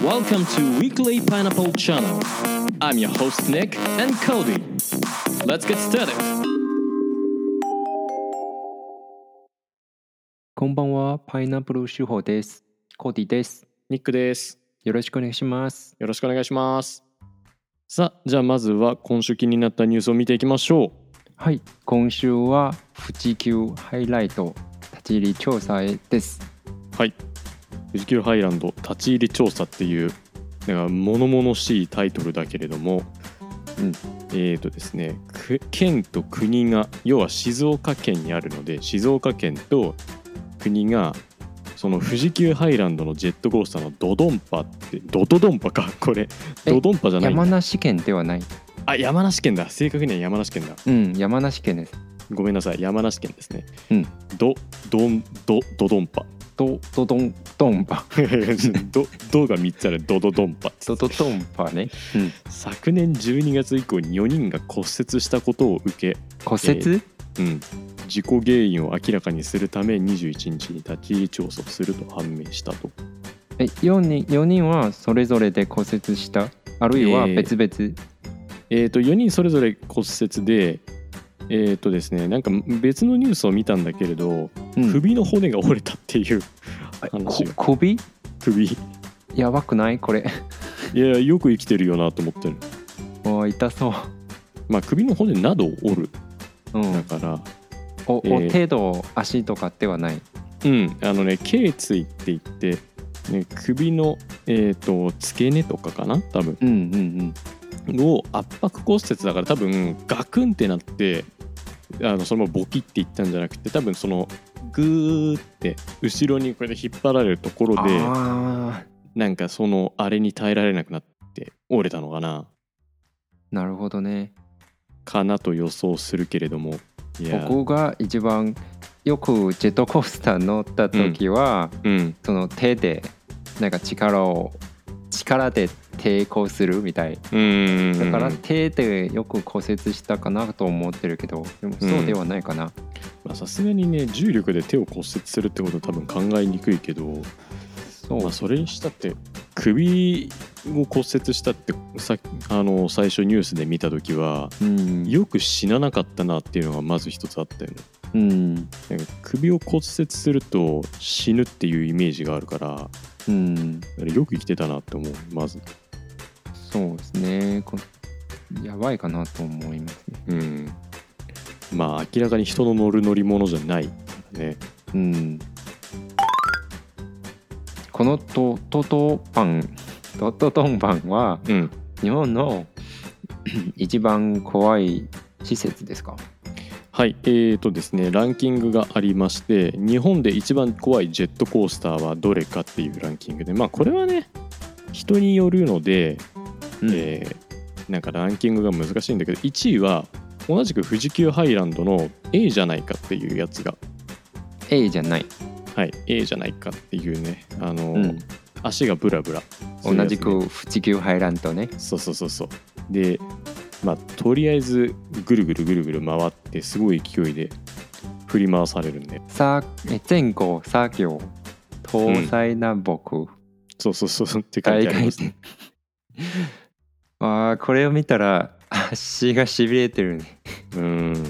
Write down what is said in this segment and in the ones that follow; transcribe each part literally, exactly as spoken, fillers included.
Welcome to Weekly Pineapple Channel. I'm your host Nick and Cody. Let's get started. こんばんは、パイナップル手法です。コーディです。 ニックです。 よろしくお願いします。 よろしくお願いします。さあ、じゃあまずは今週気になったニュースを見ていきましょう。 はい、今週は富士急ハイライト立ち入り調査へです。 はい、富士急ハイランド立ち入り調査っていうなんか物々しいタイトルだけれども、うん、えーとですね、県と国が要は静岡県にあるので、静岡県と国がその富士急ハイランドのジェットコースターのドドンパってドドドンパかこれドドンパじゃないんだ。 山梨県ではない。 あ、山梨県だ。正確には山梨県だ。 うん、山梨県です。 ごめんなさい、山梨県ですね。 うん。 ドドンドドドンパ。 ドドドンドンパ。 ドドがみっつあるドドドンパ。 ドドドンパね。うん、 昨年じゅうにがつ以降によにんが骨折したことを受け、 骨折？えー、 うん。事故原因を明らかにするためにじゅういちにちに立ち入り調査をすると判明したと。 え、よにん、よにんはそれぞれで骨折した？あるいは別々？えーえー、とよにんそれぞれ骨折で、えーとですね、なんか別のニュースを見たんだけれど、うん、首の骨が折れたっていう話が。 首？ 首やばくないこれ？ いや、よく生きてるよなと思ってる。 お、痛そう。まあ首の骨などを折る、 うん、 だからお、えー、程度足とかではない。 うん、あのね、頸椎って言って、ね、首の、えーと付け根とかかな多分。 うんうんうん。 を圧迫骨折だから多分ガクンってなってあのそのままボキっていったんじゃなくて、多分そのグーって後ろにこれで引っ張られるところでなんかそのあれに耐えられなくなって折れたのかな。 なるほどね。 かなと予想するけれども、 いや僕が一番よくジェットコースター乗った時は、うんうん、その手でなんか力を力で抵抗するみたい。うんだから手でよく骨折したかなと思ってるけど、でもそうではないかな。 さすがにね、重力で手を骨折するってことは多分考えにくいけど、そう、まあ、それにしたって首を骨折したってさあの最初ニュースで見た時は、うん、よく死ななかったなっていうのがまず一つあったよね。うん、なんか首を骨折すると死ぬっていうイメージがあるから、うん、よく生きてたなって思う。まずそうですね、やばいかなと思いますね。 うん、まあ明らかに人の乗る乗り物じゃないからね。うん、 このトトトパントトトンパンは、うん、日本の一番怖い施設ですか？ はい、えーとですね、ランキングがありまして、日本で一番怖いジェットコースターはどれかっていうランキングで、まあこれはね人によるので、うんえー、なんかランキングが難しいんだけど、いちいは同じく富士急ハイランドの A じゃないかっていうやつが A じゃないはい A じゃないかっていうね、あの、うん、足がブラブラ、 ね、同じく富士急ハイランドね。 そうそうそうそうで、まあとりあえずぐるぐるぐるぐる回ってすごい勢いで振り回されるんで、 さ前後作業東西南北、うん、 そうそうそうって書いてありますね。 ああ、これを見たら足がしびれてるね。 うん、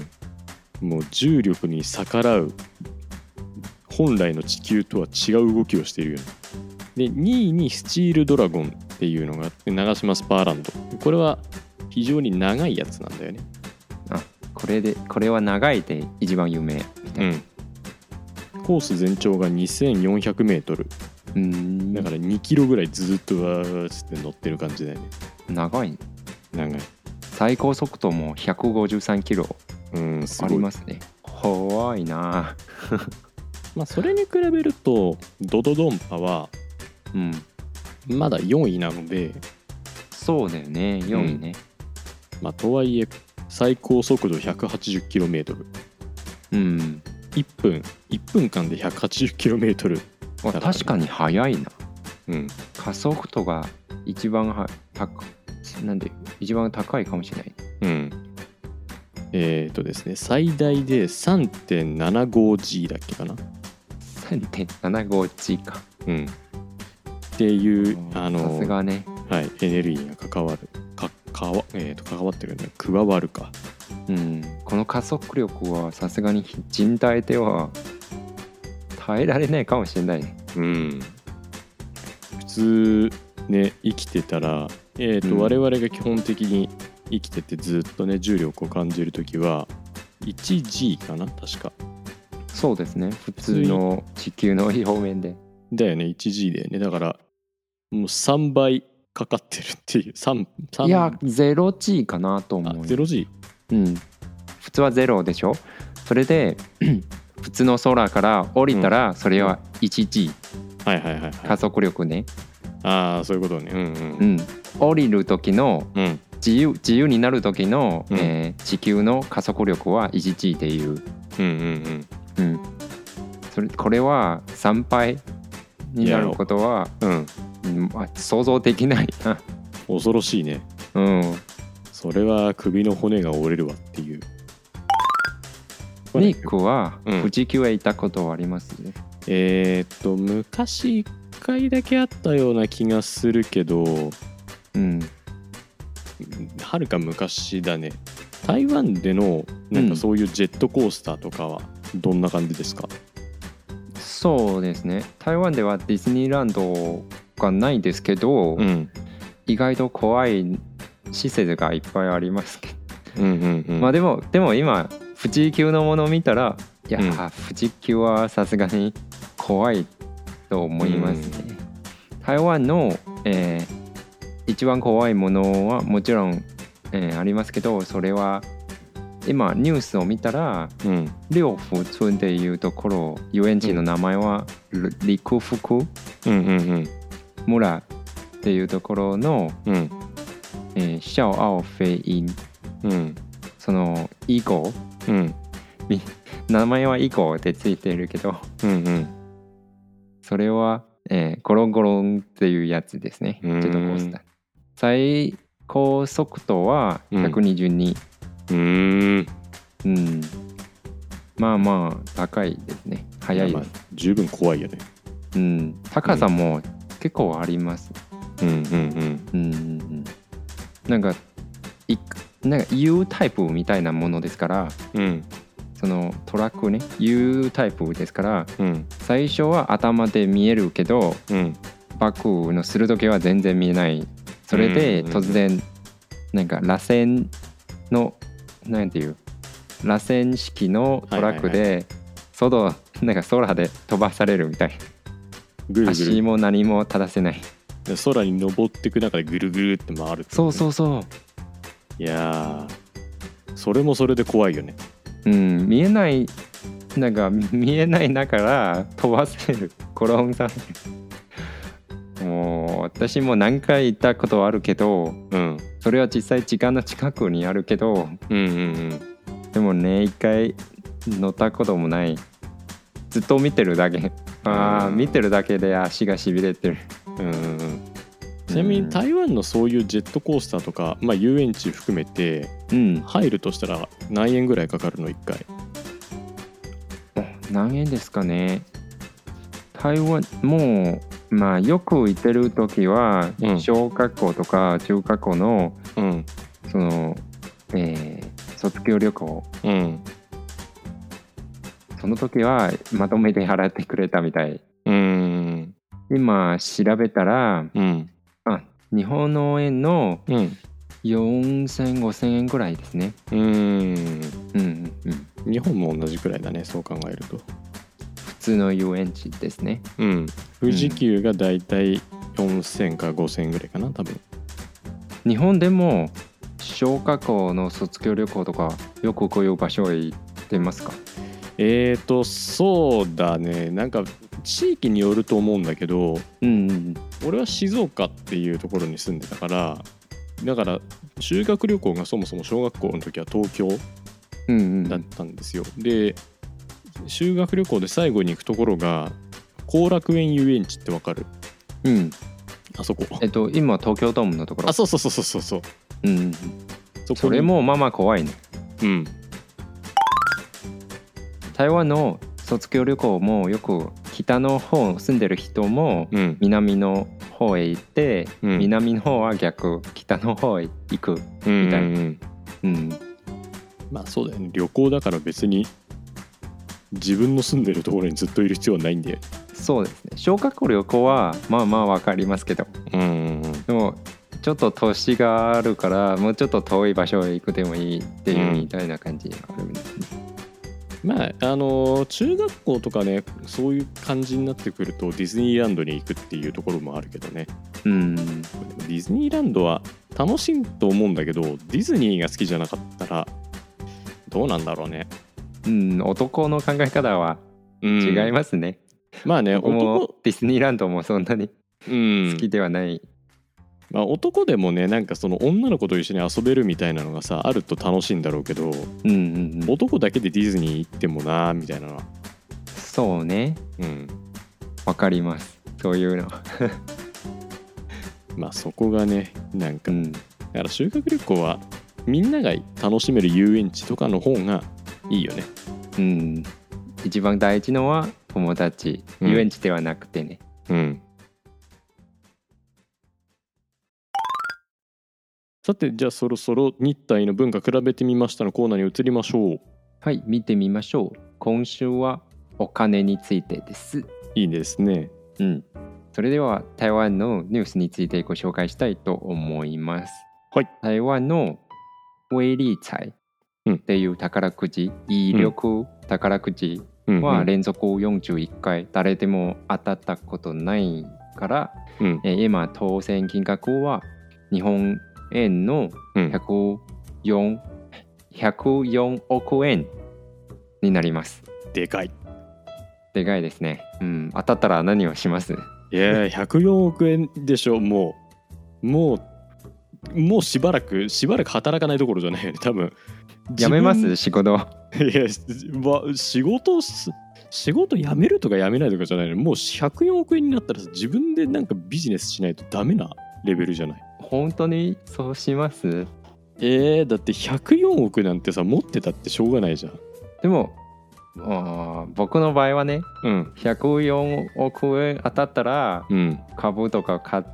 もう重力に逆らう本来の地球とは違う動きをしているよね。でにいにスチールドラゴンっていうのがあって、長島スパーランド、これは非常に長いやつなんだよね。 あ、これでこれは長いで一番有名みたいな、 うん、コース全長がにせんよんひゃくメートル、うん、だからにキロぐらいずっとわーって乗ってる感じだよね。 長い、ね、 長い。 最高速度もひゃくごじゅうさんキロありますね。怖いな。 まあそれに比べるとドドドンパは、うん、まだよんいなので。 そうだよね、よんいね、 うん、まあとはいえ最高速度 ひゃくはちじゅっキロメートル、うん、いっぷんいっぷんかんで ひゃくはちじゅっキロメートル、 確かに速いな、 うん、 加速度が一番は高なんで一番高いかもしれない。 うん。えっとですね、最大で さんてんななごジー だっけかな。 さんてんななごジー か。 うん。 っていうあのさすがね、 はい、エネルギーが関わるかかわ、えー、と関わってるね加わるか、 うん、この加速力はさすがに人体では耐えられないかもしれないね。 うん、普通ね生きてたら、えーとうん、我々が基本的に生きててずっとね重力を感じるときは いちジー かな確か。 そうですね、普通の地球の表面でだよね いちジー だよね。だからもうさんばいかかってるっていうさん、さんいや ゼロジー かなと思う。 あ ゼロジー？ うん、普通はゼロでしょ。それで普通の空から降りたらそれは いちジー、 はいはいはいはい、 加速力ね。 ああそういうことね。うんうん、 うん、降りる時の自由、自由になる時の、うんえー、地球の加速力は いちジー っていう。うんうんうん。うん、それこれはさんばいになることは、うんまあ、想像できないな。 恐ろしいね。 うん。 それは首の骨が折れるわっていう。 ニックは富士急へ行ったことはありますね。 うん、えー、っと昔いっかいだけあったような気がするけど、うん、はるか昔だね。台湾でのなんかそういうジェットコースターとかはどんな感じですか？ うん、そうですね。台湾ではディズニーランドがないですけど、うん、意外と怖い施設がいっぱいありますけど、うんうんうん、まあでもでも今富士急のものを見たらいや、うん、富士急はさすがに怖いと思いますね。うん、台湾の、えー、一番怖いものはもちろん、えー、ありますけど、それは今ニュースを見たら、うん、六福村っていうところ、遊園地の名前は、うん、陸福村っていうところの、うんえー、シャオアオフェイン、うん、その以降、うん、名前は以降ってついてるけど、うんうん、それは、えー、ゴロンゴロンっていうやつですね。ジェットコースター。最高速度はひゃくにじゅうに。うん、うん、まあまあ高いですね。速いです。まあ、 十分怖いよね。 うん、高さも結構あります。うんうんうん。うんうん、なんかいなんか U タイプみたいなものですから、うん、そのトラックね U タイプですから、うん、最初は頭で見えるけど、うん、バックのする時は全然見えない。それで突然なんか螺旋のなんていう螺旋式のトラックで外なんか空で飛ばされるみたい。ぐるぐる足も何も正せない。 空に登っていく中でぐるぐるって回るって、ね、 そうそうそう。 いやそれもそれで怖いよね。 うん、見えないなんか見えない中から飛ばせる転んさもう私も何回行ったことはあるけど、うん、それは実際時間の近くにあるけど、うんうんうん、でもね一回乗ったこともない。ずっと見てるだけ。ああ、見てるだけで足がしびれてる。うんうん、 ちなみに台湾のそういうジェットコースターとか、まあ、遊園地含めて、うん、入るとしたら何円ぐらいかかるのいっかい？ 何円ですかね。台湾もう、まあ、よく行ってる時は、うん、小学校とか中学校の、うん、その、えー、卒業旅行、うん、その時はまとめて払ってくれたみたい。うん、今調べたら、うん、あ日本の円のよんせんごせんえんぐらいですね。うん、うんうん、日本も同じくらいだね、そう考えると。 普通の遊園地ですね。 うん、富士急がだいたいよんせんかごせんぐらいかな多分。 日本でも小学校の卒業旅行とかよくこういう場所へ行ってますか？ えーとそうだね、なんか地域によると思うんだけど、うんうん、俺は静岡っていうところに住んでたから、だから修学旅行がそもそも小学校の時は東京だったんですよ。うんうん、で修学旅行で最後に行くところが後楽園遊園地ってわかる？うん。あそこ。 えっと今東京ドームのところ。 あ、そうそうそうそうそう。うん。 そ, それもまあまあ怖いね。うん。台湾の卒業旅行もよく北の方住んでる人も南の方へ行って、うん、南の方は逆北の方へ行くみたいな、うんうんうん、 まあそうだよね。旅行だから別に自分の住んでるところにずっといる必要はないんで。 そうですね。小学校旅行はまあまあわかりますけど、うんうんうん、でもちょっと年があるからもうちょっと遠い場所へ行くでもいいっていうみたいな感じがあるんですね、 うん、まああの中学校とかねそういう感じになってくるとディズニーランドに行くっていうところもあるけどね、うん、でもディズニーランドは楽しいと思うんだけどディズニーが好きじゃなかったらどうなんだろうね。 うん、男の考え方は違いますね、 うん、まあね僕もディズニーランドもそんなに好きではない、うんまあ、男でもねなんかその女の子と一緒に遊べるみたいなのがさあると楽しいんだろうけど、うんうんうん、男だけでディズニー行ってもなみたいなのそうね、うん、わかりますそういうのまあそこがねなんか、うん、だから修学旅行はみんなが楽しめる遊園地とかの方がいいよね。 うん、一番大事のは友達、うん、遊園地ではなくてね。うん。 さてじゃあそろそろ日体の文化比べてみましたのコーナーに移りましょう。 はい、見てみましょう。今週はお金についてです。 いいですね。 うん。それでは台湾のニュースについてご紹介したいと思います。 はい。 台湾の威力彩っていう宝くじ、うん、威力宝くじは連続よんじゅういっかい誰でも当たったことないから、うん、え今当選金額は日本円のひゃくよん、ひゃくよんおくえんになります。 でかい。 でかいですね。うん、当たったら何をします？ いやひゃくよんおくえんでしょ。もうもうもうしばらくしばらく働かないどころじゃないよね多分。 やめます仕事。いや仕事仕事辞めるとか辞めないとかじゃないの。もうひゃくよんおくえんになったら自分でなんかビジネスしないとダメなレベルじゃない。 本当にそうします？ えー、だってひゃくよんおくなんてさ持ってたってしょうがないじゃん。 でもあ僕の場合はね、うん、ひゃくよんおくえん当たったら、うん、株とか買って、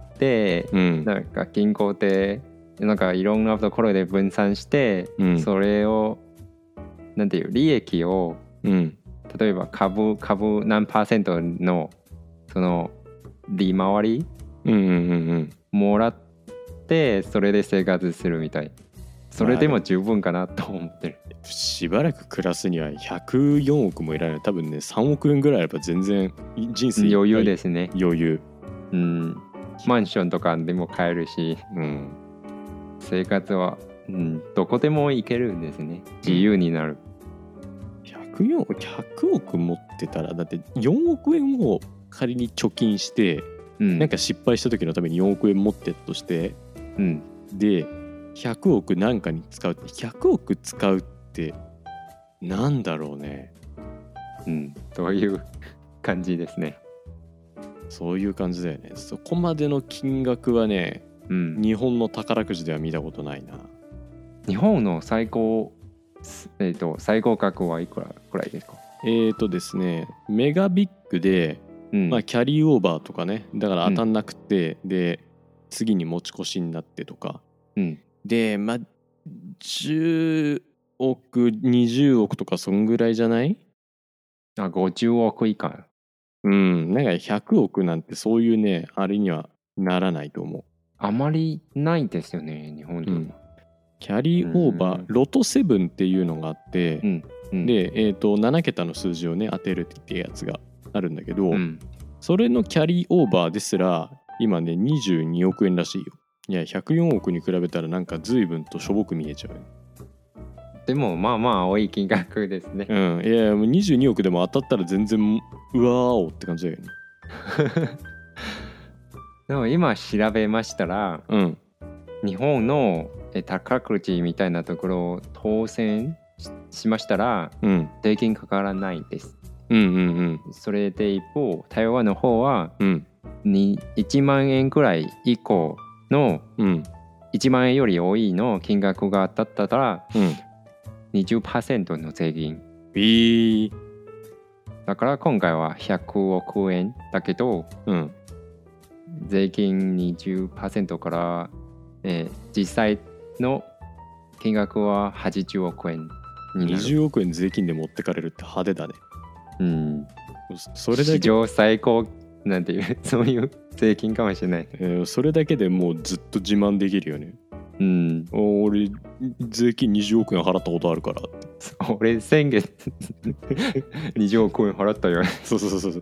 うん、なんか銀行でなんかいろんなところで分散して、うん、それをなんていう利益を、うん、例えば株株何パーセントのその利回り、うんうんうんうん、もらってそれで生活するみたい。それでも十分かなと思ってる。 しばらく暮らすにはひゃくよんおくもいらない。多分ねさんおくえんぐらいあれば全然人生余裕ですね。 余裕。 うん。マンションとかでも買えるし、うん、生活は、うん、どこでも行けるんですね。自由になる。 ひゃくよん、ひゃくおく持ってたらだってよんおくえんを仮に貯金して、うん、なんか失敗した時のためによんおくえん持ってったとして、うん、でひゃくおくなんかに使うってひゃくおく使うってなんだろうね。 うんそういう感じですね。 そういう感じだよね。そこまでの金額はね、うん、日本の宝くじでは見たことないな。 日本の最高えーと最高額はいくらくらいですか？ えーとですねメガビッグで、うんまあ、キャリーオーバーとかねだから当たんなくて、うん、で次に持ち越しになってとか、うん、でまあじゅうおくにじゅうおくとかそんぐらいじゃない？ あごじゅうおく以下。 うんなんかひゃくおくなんてそういうねあれにはならないと思う。 あまりないですよね日本でも、うん、 キャリーオーバー、うん、ロトセブンっていうのがあって、うんうん、で、えーと、ななけたの数字をね当てるっていうやつがあるんだけど、うん、それのキャリーオーバーですら今ねにじゅうにおくえんらしいよ。いやひゃくよんおくに比べたらなんか随分としょぼく見えちゃう。 でもまあまあ多い金額ですね。 うん、いやもうにじゅうにおくでも当たったら全然うわーおって感じだよね。 でも今調べましたら、うん、日本の宝くじみたいなところを当選 し, しましたら、うん、税金かからないんです。うんうんうん、それで一方台湾の方は、うん、にいちまんえんくらい以降の、うん、いちまんえんより多いの金額が当たったら、うん、にじゅっパーセント の税金。 えー、 だから今回はひゃくおくえんだけど、 うん、 税金 にじゅっパーセント から、えー、実際の金額ははちじゅうおくえんになる。 にじゅうおくえん税金で持ってかれるって派手だね。 うん。 それだけ史上最高なんていうそういう税金かもしれない、 えー、それだけでもうずっと自慢できるよね。 うん、 俺税金にじゅうおくえん払ったことあるからって。 俺先月にじゅうおくえん払ったよね。 そうそうそうそう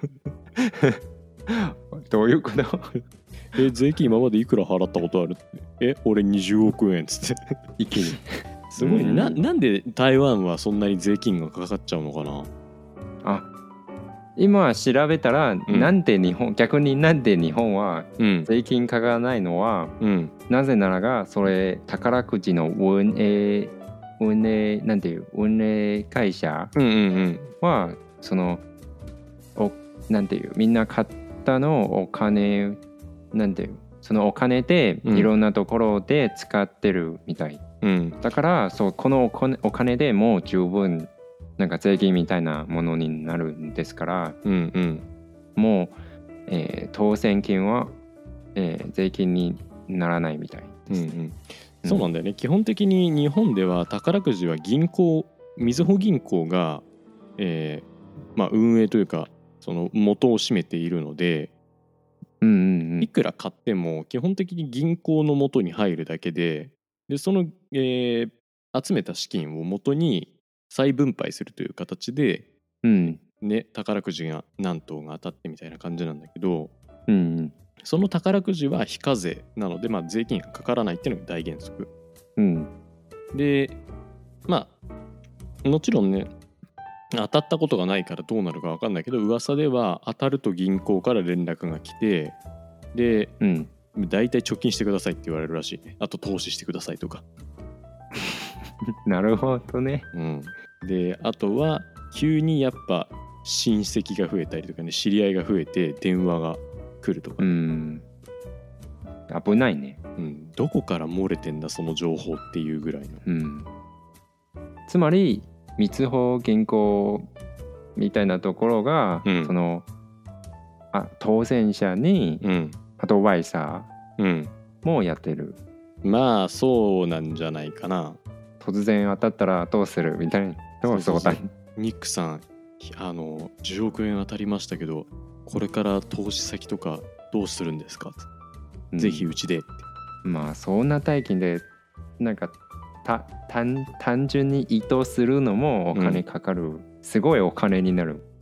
どういうことえ税金今までいくら払ったことあるって。え俺にじゅうおくえんっつって一気にすごい、うん、な, なんで台湾はそんなに税金がかかっちゃうのかな。 あ今調べたら、うん、なんで日本逆になんで日本は税金かからないのは、うん、なぜならがそれ宝くじの運営運営なんていう運営会社は、うんうんうん、そのおなんていうみんな買ったのお金なんていうそのお金でいろんなところで使ってるみたい、うん、だからそうこのお金、お金でもう十分なんか税金みたいなものになるんですから、うんうん、もう、えー、当選金は、えー、税金にならないみたいです、うんうんうん、そうなんだよね。基本的に日本では宝くじは銀行みずほ銀行が、えーまあ、運営というかその元を占めているので、うんうんうん、いくら買っても基本的に銀行の元に入るだけで、でその、えー、集めた資金を元に再分配するという形で、うんね、宝くじが何等が当たってみたいな感じなんだけど、うんうん、その宝くじは非課税なので、まあ、税金がかからないっていうのが大原則、うん、でまあもちろんね当たったことがないからどうなるか分かんないけど噂では当たると銀行から連絡が来てで、うん、大体貯金してくださいって言われるらしいね。あと投資してくださいとかなるほどね、 うん、であとは急にやっぱ親戚が増えたりとかね知り合いが増えて電話が来るとか、ね、うん危ないね、 うん、どこから漏れてんだその情報っていうぐらいの、うん、 つまりみずほ銀行みたいなところが、うん、そのあ当選者にアドバイザーもやってる、 うん、まあそうなんじゃないかな。 突然当たったらどうするみたいなどう相談。 ニックさんあのじゅうおくえん当たりましたけどこれから投資先とかどうするんですか、うん、ぜひうちでって。 まあそんな大金でなんかた 単, 単純に移動するのもお金かかる、うん、すごいお金になる。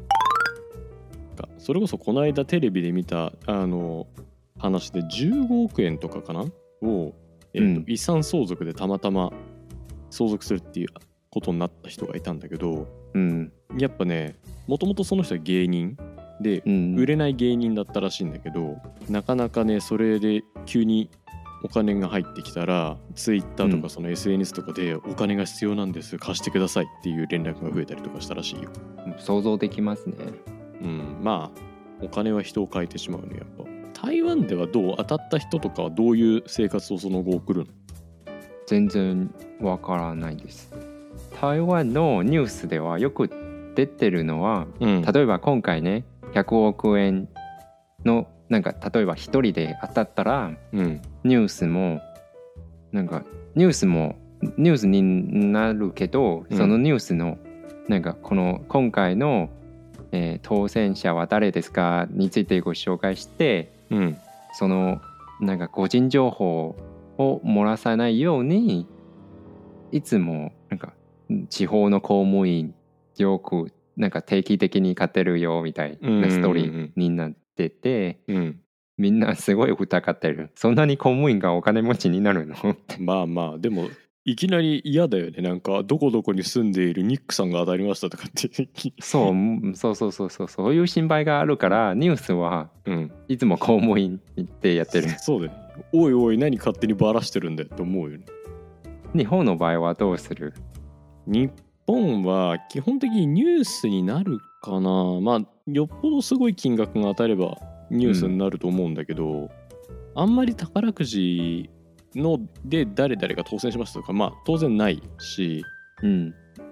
それこそこの間テレビで見たあの話でじゅうごおくえんとかかなを、えーとうん、遺産相続でたまたま相続するっていうことになった人がいたんだけど、うん、やっぱねもともとその人は芸人で、うん、売れない芸人だったらしいんだけどなかなかねそれで急にお金が入ってきたらツイッターとかその エスエヌエス とかでお金が必要なんです貸してくださいっていう連絡が増えたりとかしたらしいよ。 想像できますね。 うん、まあお金は人を変えてしまうねやっぱ。台湾ではどう当たった人とかはどういう生活をその後送るの？ 全然わからないです。台湾のニュースではよく出てるのは、うん、例えば今回ねひゃくおくえんのなんか例えば一人で当たったら、うん、ニュースもなんかニュースもニュースになるけど、うん、そのニュースのなんかこの今回の、えー、当選者は誰ですかについてご紹介して、うん、そのなんか個人情報を漏らさないようにいつもなんか地方の公務員よくなんか定期的に勝てるよみたいなストーリーになってて、うんうんうん、みんなすごい疑ってる。そんなに公務員がお金持ちになるのってまあまあでもいきなり嫌だよね。なんかどこどこに住んでいるニックさんが当たりましたとかってそうそうそうそうそうそういう心配があるからニュースは、うん、いつも公務員ってやってる。 そうだよ、ね、おいおい何勝手にバラしてるんだよって思うよね。 日本の場合はどうする？ 日本は基本的にニュースになるかな。まあよっぽどすごい金額が当たればニュースになると思うんだけど、うん、あんまり宝くじので誰々が当選しましたとかまあ当然ないし、うん、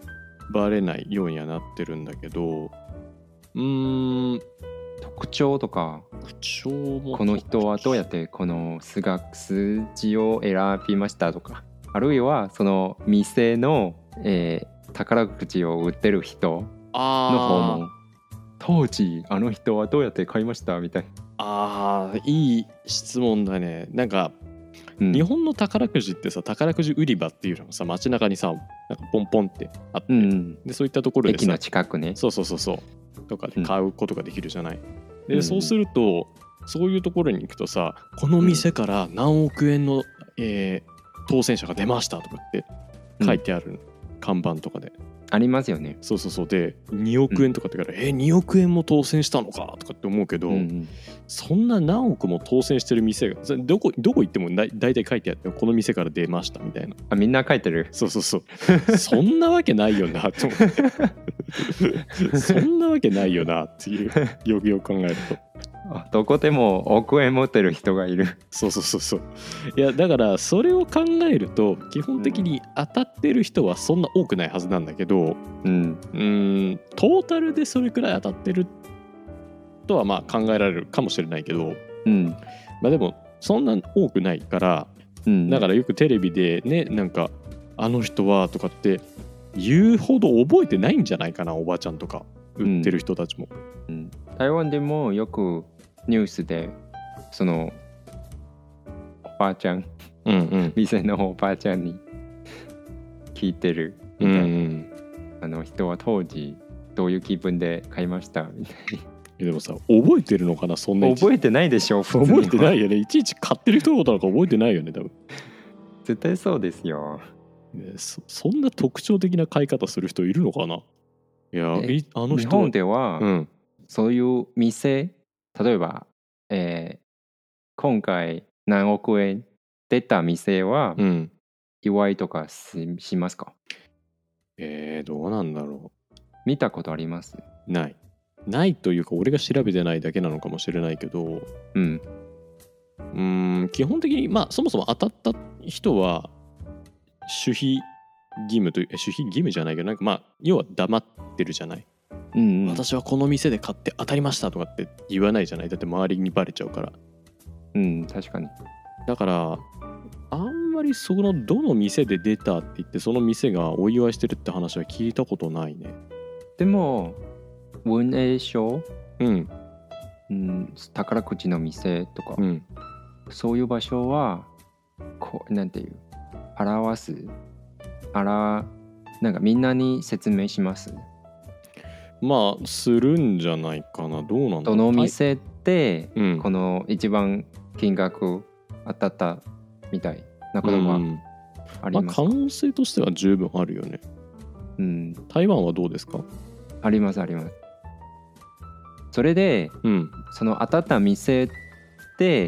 バレないようにはなってるんだけど、うーん特徴とか特徴もこの人はどうやってこの数学数字を選びましたとか、あるいはその店の、えー、宝くじを売ってる人の訪問、当時あの人はどうやって買いましたみたいな。 あーいい質問だね。なんか、うん、日本の宝くじってさ、宝くじ売り場っていうのがさ、街中にさなんかポンポンってあって、うん、でそういったところでさ、 駅の近くね、 そうそうそうそうとかで買うことができるじゃない、うん、でそうするとそういうところに行くとさ、この店から何億円の、えー、当選者が出ましたとかって書いてある、うん、看板とかでありますよね。 そうそうそうでにおくえんとかってから、うん、えにおくえんも当選したのかとかって思うけど、うんうん、そんな何億も当選してる店がどこどこ行ってもだいたい書いてあってこの店から出ましたみたいな。 あ、みんな書いてる。 そうそうそうそんなわけないよなと思ってそんなわけないよなっていうよくよく考えるとどこでも億円持ってる人がいる。 そうそうそうそう。いやだからそれを考えると基本的に当たってる人はそんな多くないはずなんだけど、うん、うーんトータルでそれくらい当たってるとはまあ考えられるかもしれないけど、うん、まあでもそんな多くないから、うん、だからよくテレビでねなんかあの人はとかって言うほど覚えてないんじゃないかな、おばちゃんとか売ってる人たちも、 うんうん、台湾でもよくニュースでそのおばあちゃん、うんうん、店のおばあちゃんに聞いてるみたいな、うんうん、あの人は当時どういう気分で買いましたみたいな。 でもさ覚えてるのかな、そんな覚えてないでしょ普通に。覚えてないよね、いちいち買ってる人のことなんか覚えてないよね多分。 絶対そうですよ、 ね、そ, そんな特徴的な買い方する人いるのかな。いやいあの人日本では、うん、そういう店例えば、えー、今回何億円出た店は、うん、祝いとか し, しますか。 えー、どうなんだろう。 見たことあります？ ないないというか俺が調べてないだけなのかもしれないけど、うん、うーん基本的にまあそもそも当たった人は守秘義務という守秘義務じゃないけどなんかまあ要は黙ってるじゃない、うんうん、私はこの店で買って当たりましたとかって言わないじゃない。だって周りにバレちゃうから。 うん確かに。 だからあんまりそのどの店で出たって言ってその店がお祝いしてるって話は聞いたことないね。 でも運営証、 うんうん、宝くじの店とか、うん、そういう場所はこうなんていう表すあらなんかみんなに説明します。 まあするんじゃないかな。どうなんだろう。 どの店ってこの一番金額当たったみたいなことがありますか。 まあ、可能性としては十分あるよね。うん。台湾はどうですか。 ありますあります。それで、うん、その当たった店って、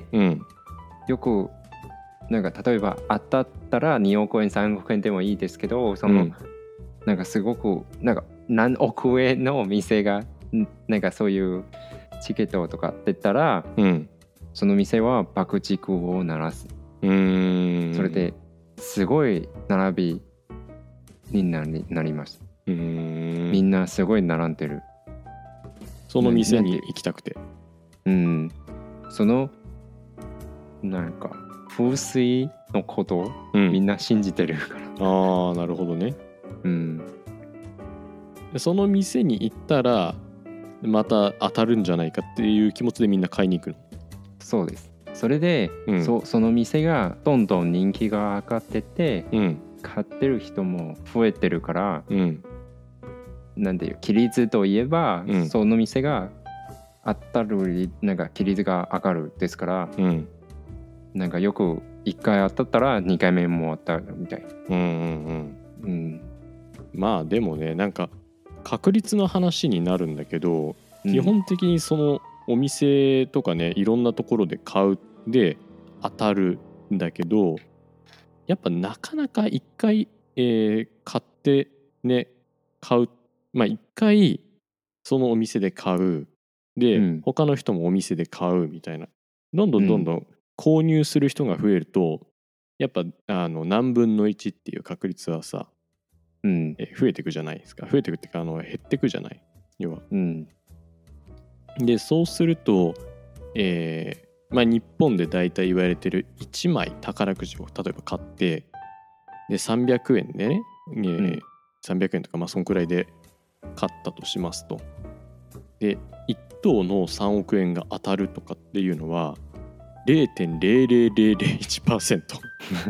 うん、よくなんか例えば当たったらにおくえんさんおくえんでもいいですけど、その、うん、なんかすごくなんか何億円の店がなんかそういうチケットとか出たら、うん、その店は爆竹を鳴らす。うーんそれですごい並びにな り, なります。うーんみんなすごい並んでる。 その店に行きたくて。 うんそのなんか風水のことをみんな信じてるから、 うん、ああなるほどね。うんその店に行ったらまた当たるんじゃないかっていう気持ちでみんな買いに行くの。 そうです。それで、うん、そ, その店がどんどん人気が上がってて、うん、買ってる人も増えてるから、うん、なんていう規律といえば、うん、その店が当たるなんか規律が上がるですから、うん、なんかよくいっかい当たったらにかいめも当たるみたいな。うんうんうんうん、まあでもねなんか確率の話になるんだけど、うん、基本的にそのお店とかねいろんなところで買うで当たるんだけどやっぱなかなか一回、えー、買ってね買うまあ一回そのお店で買うで、うん、他の人もお店で買うみたいなどんどんどんどん購入する人が増えると、うん、やっぱあの何分のいちっていう確率はさうん、 え増えていくじゃないですか。増えていくっていうかあの減っていくじゃない。要は。 うん、 でそうすると、えーまあ、日本で大体言われてるいちまい宝くじを例えば買ってでさんびゃくえんでね、えーうん、さんびゃくえんとかまあそんくらいで買ったとしますと。でいっ等のさんおくえんが当たるとかっていうのは ゼロてんゼロゼロゼロゼロいちパーセント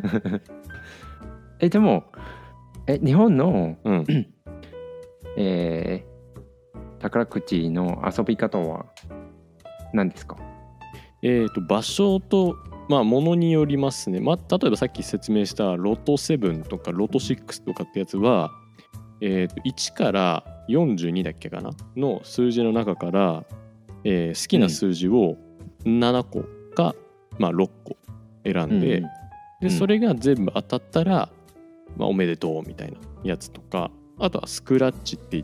えでもえ日本の、 うん、 えー、宝くじの遊び方は何ですか？ えーと場所とまあものによりますね、まあ、例えばさっき説明したロトセブンとかロトシックスとかってやつは、えーといちからよんじゅうにだっけかなの数字の中から、えー好きな数字をななこか、まあ、ろっこ選んで、うん、でそれが全部当たったら、まあ、おめでとうみたいなやつとか、あとはスクラッチって言って、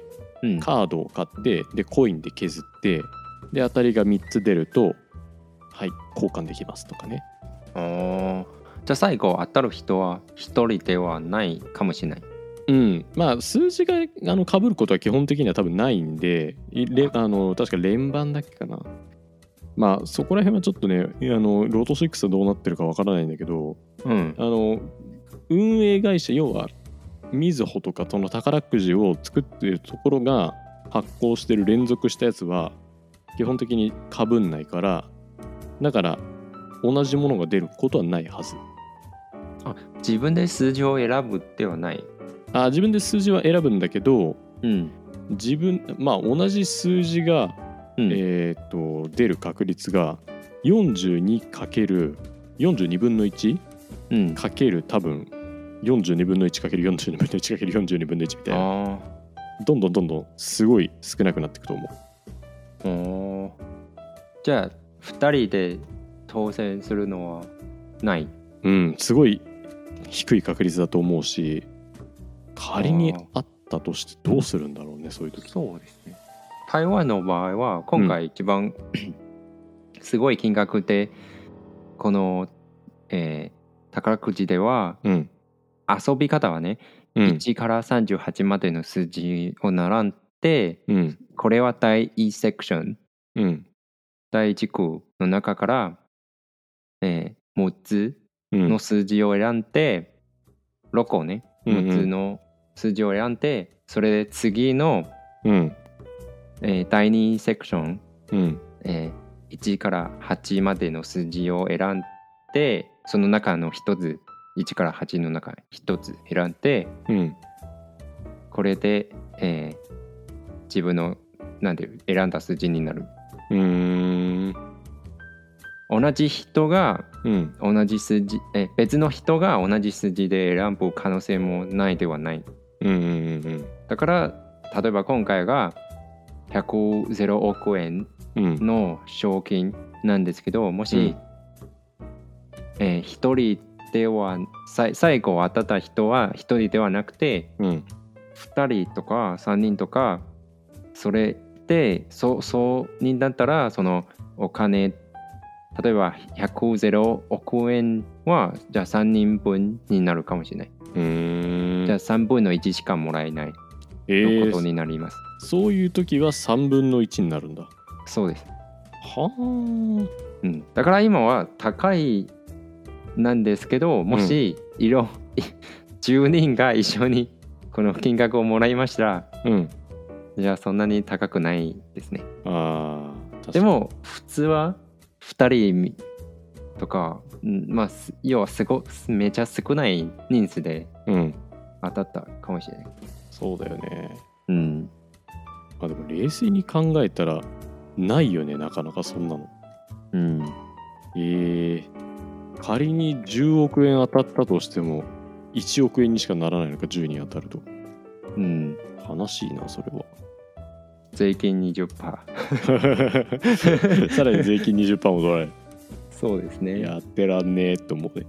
うん、カードを買ってでコインで削ってで当たりがみっつ出るとはい交換できますとかね。 あじゃあ最後当たる人はひとりではないかもしれない。 うん、まあ数字があの被ることは基本的には多分ないんで、あの確か連番だっけかな。まあそこら辺はちょっとね、あのロトシックスはどうなってるかわからないんだけど、うん、あの運営会社要はみずほとかその宝くじを作っているところが発行してる連続したやつは基本的に被んないから、だから同じものが出ることはないはず。 あ、自分で数字を選ぶではない。 あ、自分で数字は選ぶんだけど、 うん、 自分まあ同じ数字が、うん、えー、と出る確率が よんじゅうにかけるよんじゅうにぶんのいち、うん、かける多分よんじゅうにぶんのいちかけるよんじゅうにぶんのいちかけるよんじゅうにぶんのいちみたいな、どんどんどんどんすごい少なくなっていくと思う。 おじゃあふたりで当選するのはない？ うん、すごい低い確率だと思うし、仮にあったとしてどうするんだろうね、そういう時。 そうですね。台湾の場合は今回一番、うん、すごい金額でこの、えー、宝くじでは、うん、遊び方はね、うん、いちからさんじゅうはちまでの数字を並んで、うん、これは第いちセクション、うん、第いち区の中から、えー、むっつの数字を選んで、うん、ろっこね、むっつの数字を選んで、それで次の、うんえー、だいにセクション、うんえー、いちからはちまでの数字を選んで、その中の一ついちからはちの中一つ選んで、うん、これで、えー、自分のなんて選んだ数字になる。うーん同じ人が、うん、同じ数字え別の人が同じ数字で選ぶ可能性もないではない。うんうんうんうん、だから例えば今回がひゃくおくえんの賞金なんですけど、うん、もし、うんえー、ひとりでは最後当たった人はひとりではなくて、うん、ふたりとかさんにんとか、それでそうそうにだったらそのお金例えばひゃくおくえんはじゃあさんにんぶんになるかもしれない。うーんじゃあさんぶんのいちしかもらえないのことになります。 えー、そういう時はさんぶんのいちになるんだ。 そうです。 はあ、 うん、だから今は高いなんですけど、もしいろ、うん、じゅうにんが一緒にこの金額をもらいましたら、うん、じゃあそんなに高くないですね。あでも普通はふたりとか、まあ要はすごめちゃ少ない人数で当たったかもしれない。うん、 そうだよね。うん。まあでも冷静に考えたらないよね、なかなかそんなの。うん。えー、仮にじゅうおくえん当たったとしてもいちおくえんにしかならないのか、じゅうにん当たると。うん。悲しいな、それは。 税金 にじゅっパーセントさらに税金 にじゅっパーセント も取られる。 そうですね。 やってらんねえと思うね。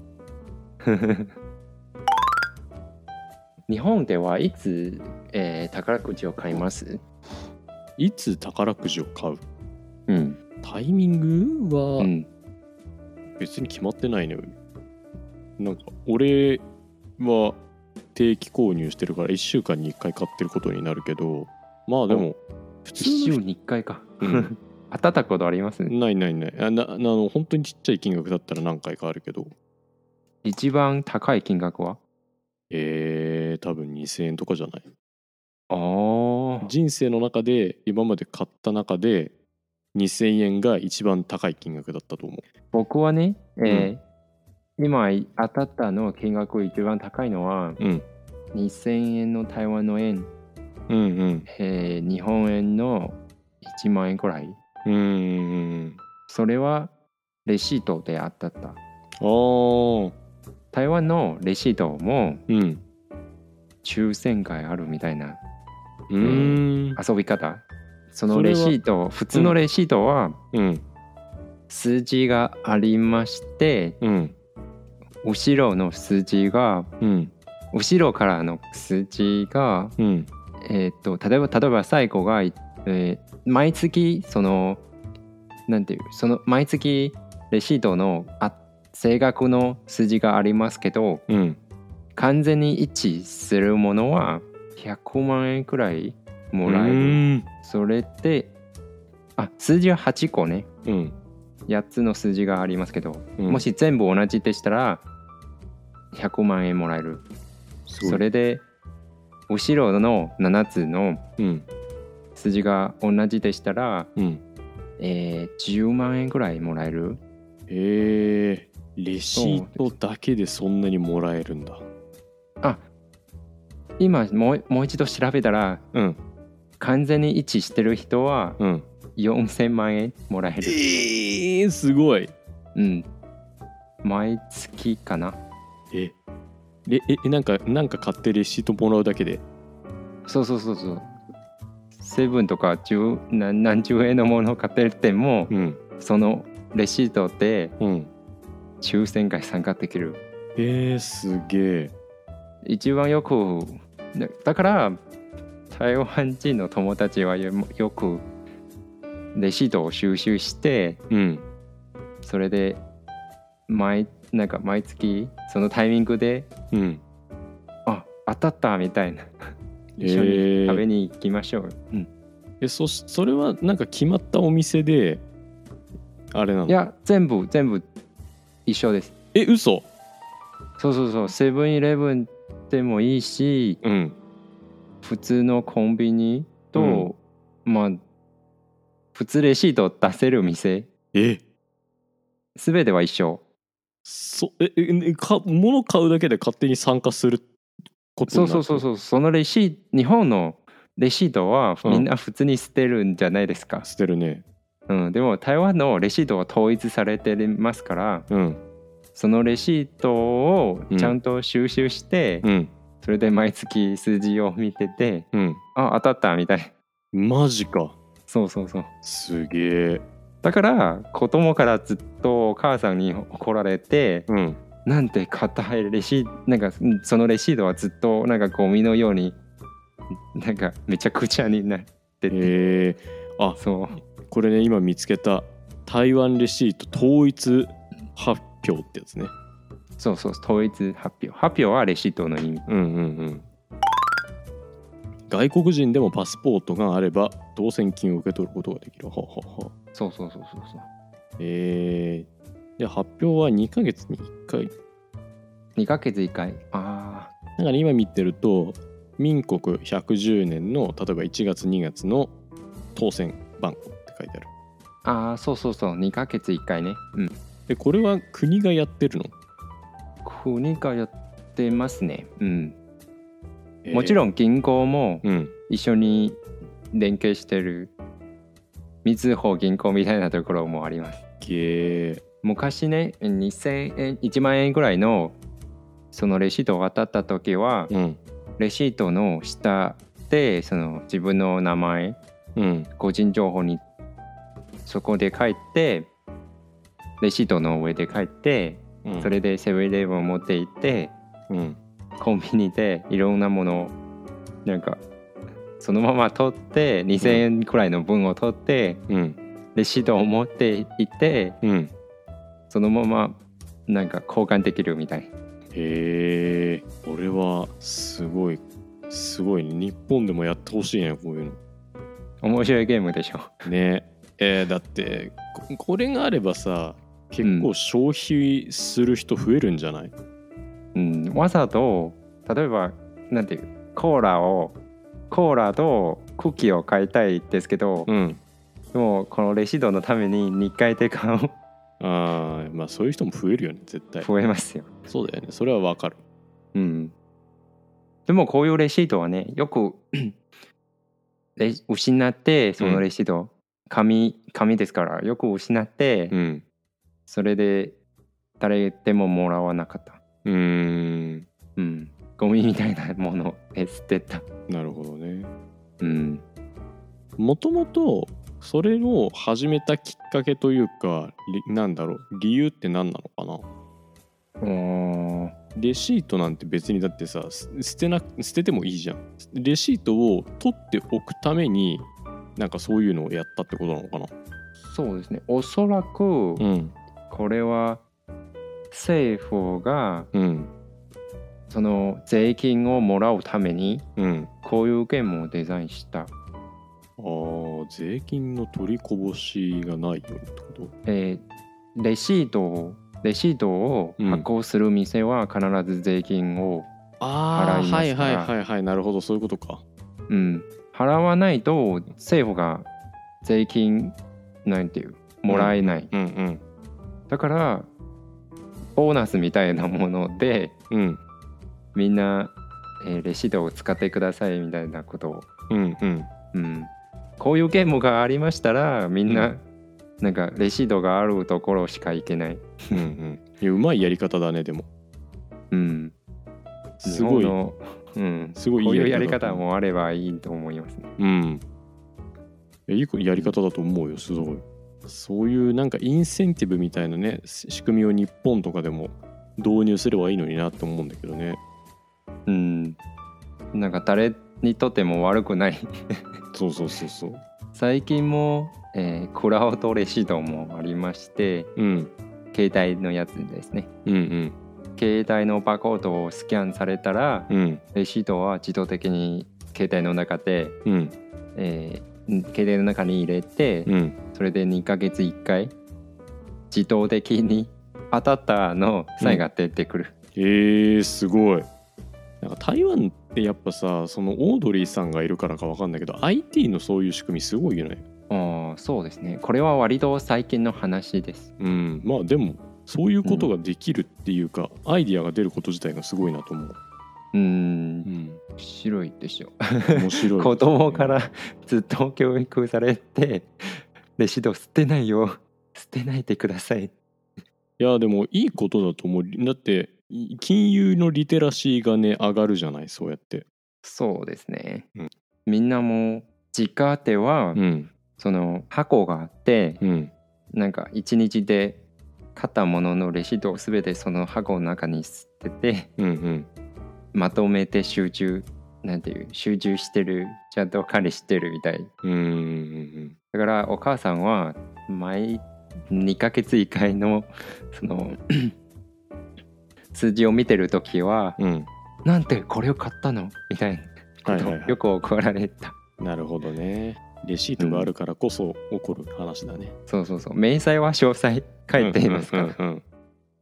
日本ではいつ、えー、宝くじを買います？ いつ宝くじを買う？うん。タイミングは別に決まってないのよ。なんか俺は定期購入してるからいっしゅうかんにいっかい買ってることになるけど、まあでも普通のいっしゅうにいっかいか、うん、当たったことありますね。 ないないない。あなあの本当にちっちゃい金額だったら何回かあるけど。 一番高い金額はえー、多分にせんえんとかじゃない。 ああ。 人生の中で今まで買った中でにせんえんが一番高い金額だったと思う。 僕はね、えーうん、今当たったの金額一番高いのは、うん、にせんえんの台湾の円、うんうんえー、日本円のいちまんえんくらい。うんうん。それはレシートで当たった。お台湾のレシートも、うん、抽選会あるみたいな、うん、遊び方。そのレシート、普通のレシートは、うん、数字がありまして、うん、後ろの数字が、うん、後ろからの数字が、うん、えー、っと例えば例えば最後が、えー、毎月そのなんていうその毎月レシートのあ正確の数字がありますけど、うん、完全に一致するものはひゃくまんえんくらいもらえる。それってあ数字ははちこね、うん、やっつの数字がありますけど、うん、もし全部同じでしたらひゃくまんえんもらえる。それで後ろのななつの数字が同じでしたら、うんえー、じゅうまんえんくらいもらえる。 へえー、レシートだけでそんなにもらえるんだ。 あ今もう、もう一度調べたら、うん、完全に一致してる人はよんせんまんえんもらえる。 えー、すごい。 うん。毎月かな。 え、え、え、なんか、なんか買ってレシートもらうだけで。 そうそうそうそう。セブンとか十何、何十円のものを買ってても、うん、そのレシートで抽選会参加できる。 えー、すげえ。 一番よくだから台湾人の友達は よ, よくレシートを収集して、うん、それで毎なんか毎月そのタイミングで、うん、あ当たったみたいな一緒に食べに行きましょう、えーうん、 え そ, それはなんか決まったお店であれなの？ いや全部全部一緒です。 え嘘？ そうそうそうセブンイレブンでもいいし、うん、普通のコンビニと、うん、まあ普通レシート出せる店え全ては一緒。 そええか物買うだけで勝手に参加することになる？ そうそうそうそうそのレシート日本のレシートはみんな普通に捨てるんじゃないですか、うん、 捨てるね、 うん、でも台湾のレシートは統一されてますから、うん、そのレシートをちゃんと収集して、うん、それで毎月数字を見てて、うん、あ当たったみたい。 マジか。 そうそうそうすげえ。 だから子供からずっとお母さんに怒られて、うん、なんて硬いレシートなんかそのレシートはずっとなんかゴミのようになんかめちゃくちゃになってて、 えー、あそうこれね今見つけた台湾レシート統一発表ってやつね。 そうそう統一発表発表はレシートの意味。うんうんうん外国人でもパスポートがあれば当選金を受け取ることができる。ははは。 そうそうそうそうそう。 えー、で発表はにかげつにいっかい。 にかげついっかい。ああ。 だから今見てると民国ひゃくじゅうねんの例えばいちがつにがつの当選番号って書いてある。 ああそうそうそうにかげついっかいね。うん。 でこれは国がやってるの？ 国がやってますね。うん。もちろん銀行も一緒に連携してるみずほ銀行みたいなところもあります。昔ねにせんえんいちまんえんぐらいのそのレシートを渡った時は、うん、レシートの下でその自分の名前、うん、個人情報にそこで書いてレシートの上で書いて、うん、それでセブンイレブンを持って行って、うんコンビニでいろんなものをなんかそのまま取ってにせんえんくらいの分を取って、うん、レシートを持っていって、うん、そのままなんか交換できるみたい。 へえー、俺はすごいすごい、ね、日本でもやってほしいね、こういうの。 面白いゲームでしょねえー、だってこれがあればさ、結構消費する人増えるんじゃない？ うん、わざと例えばなんていうコーラをコーラとクッキーを買いたいですけど、うん、でもこのレシートのためににかいで買う。 ああ、まあそういう人も増えるよね、絶対。 増えますよ。 そうだよね、それはわかる。 うん。でもこういうレシートはね、よく失ってそのレシート、うん、紙紙ですからよく失って、うん、それで誰でももらわなかった。うーん、うん、ゴミみたいなもので捨てた。 なるほどね。うん。もともとそれを始めたきっかけというか、なんだろう、理由って何なのかな。レシートなんて別にだってさ、捨てな捨ててもいいじゃん。レシートを取っておくためになんかそういうのをやったってことなのかな。 そうですね、おそらく、うん、これは政府が、うん、その税金をもらうために、うん、こういうゲームをデザインした。ああ、税金の取りこぼしがないようにってこと？ えー、レシートをレシートを発行する店は必ず税金を払いますから、はいはいはいはい、なるほど、そういうことか。 うん、払わないと政府が税金なんていうもらえない、うんうんうん、だからボーナスみたいなもので、うん、みんな、えー、レシートを使ってくださいみたいなことを、うんうんうん、こういうゲームがありましたらみんな、うん、なんかレシートがあるところしか行けない。 うんうん、いやうまいやり方だね。でも、うん、 すごい、うん、すごいいいやり方。こういうやり方もあればいいと思いますね。うん、 いいやり方だと思うよ。すごい。そういうなんかインセンティブみたいなね仕組みを日本とかでも導入すればいいのになって思うんだけどね。 うん、なんか誰にとっても悪くない。 そうそうそうそう。 最近も、えー、クラウドレシートもありまして、うん、携帯のやつですね、うんうん、携帯のバーコードをスキャンされたら、うん、レシートは自動的に携帯の中で、うんえー、携帯の中に入れて、うん、それでにかげついっかい自動的に当たったのサインが出てくる、 うん、えー、すごい。なんか台湾ってやっぱさ、そのオードリーさんがいるからか分かんないけど アイティー のそういう仕組みすごいよね。 ああ、そうですね。これは割と最近の話です。 うん、まあでもそういうことができるっていうか、うん、アイディアが出ること自体がすごいなと思う。 うーん、うん、面白いでしょ。 面白い、ね、 子供からずっと教育されてレシート捨てないよ、捨てないでください。 いやでもいいことだと思う。だって金融のリテラシーがね上がるじゃない、そうやって。 そうですね、うん、みんなも実家では、うん、その箱があって、うん、なんか一日で買ったもののレシートを全てその箱の中に捨てて、うんうん、まとめて集中なんていう集中してる、ちゃんと管理してるみたい。うんうんうん、だからお母さんは毎にかげついっかいのその数字を見てるときは、うん、なんてこれを買ったのみたいなこと、はいはいはい、よく怒られた。 なるほどね。レシートがあるからこそ起こる話だね、 うん、そうそうそう。明細は詳細書いていますから、うんうんうんうん。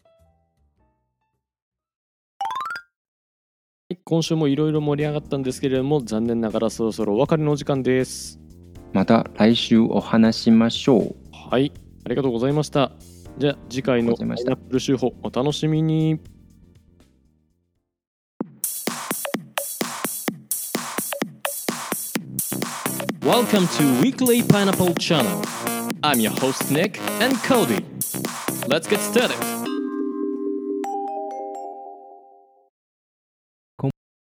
今週もいろいろ盛り上がったんですけれども、残念ながらそろそろお別れのお時間です。 また来週お話しましょう。 はい、ありがとうございました。じゃあ次回のパイナップル週報お楽しみに。Welcome to Weekly Pineapple Channel. I'm your host Nick and Cody. Let's get started.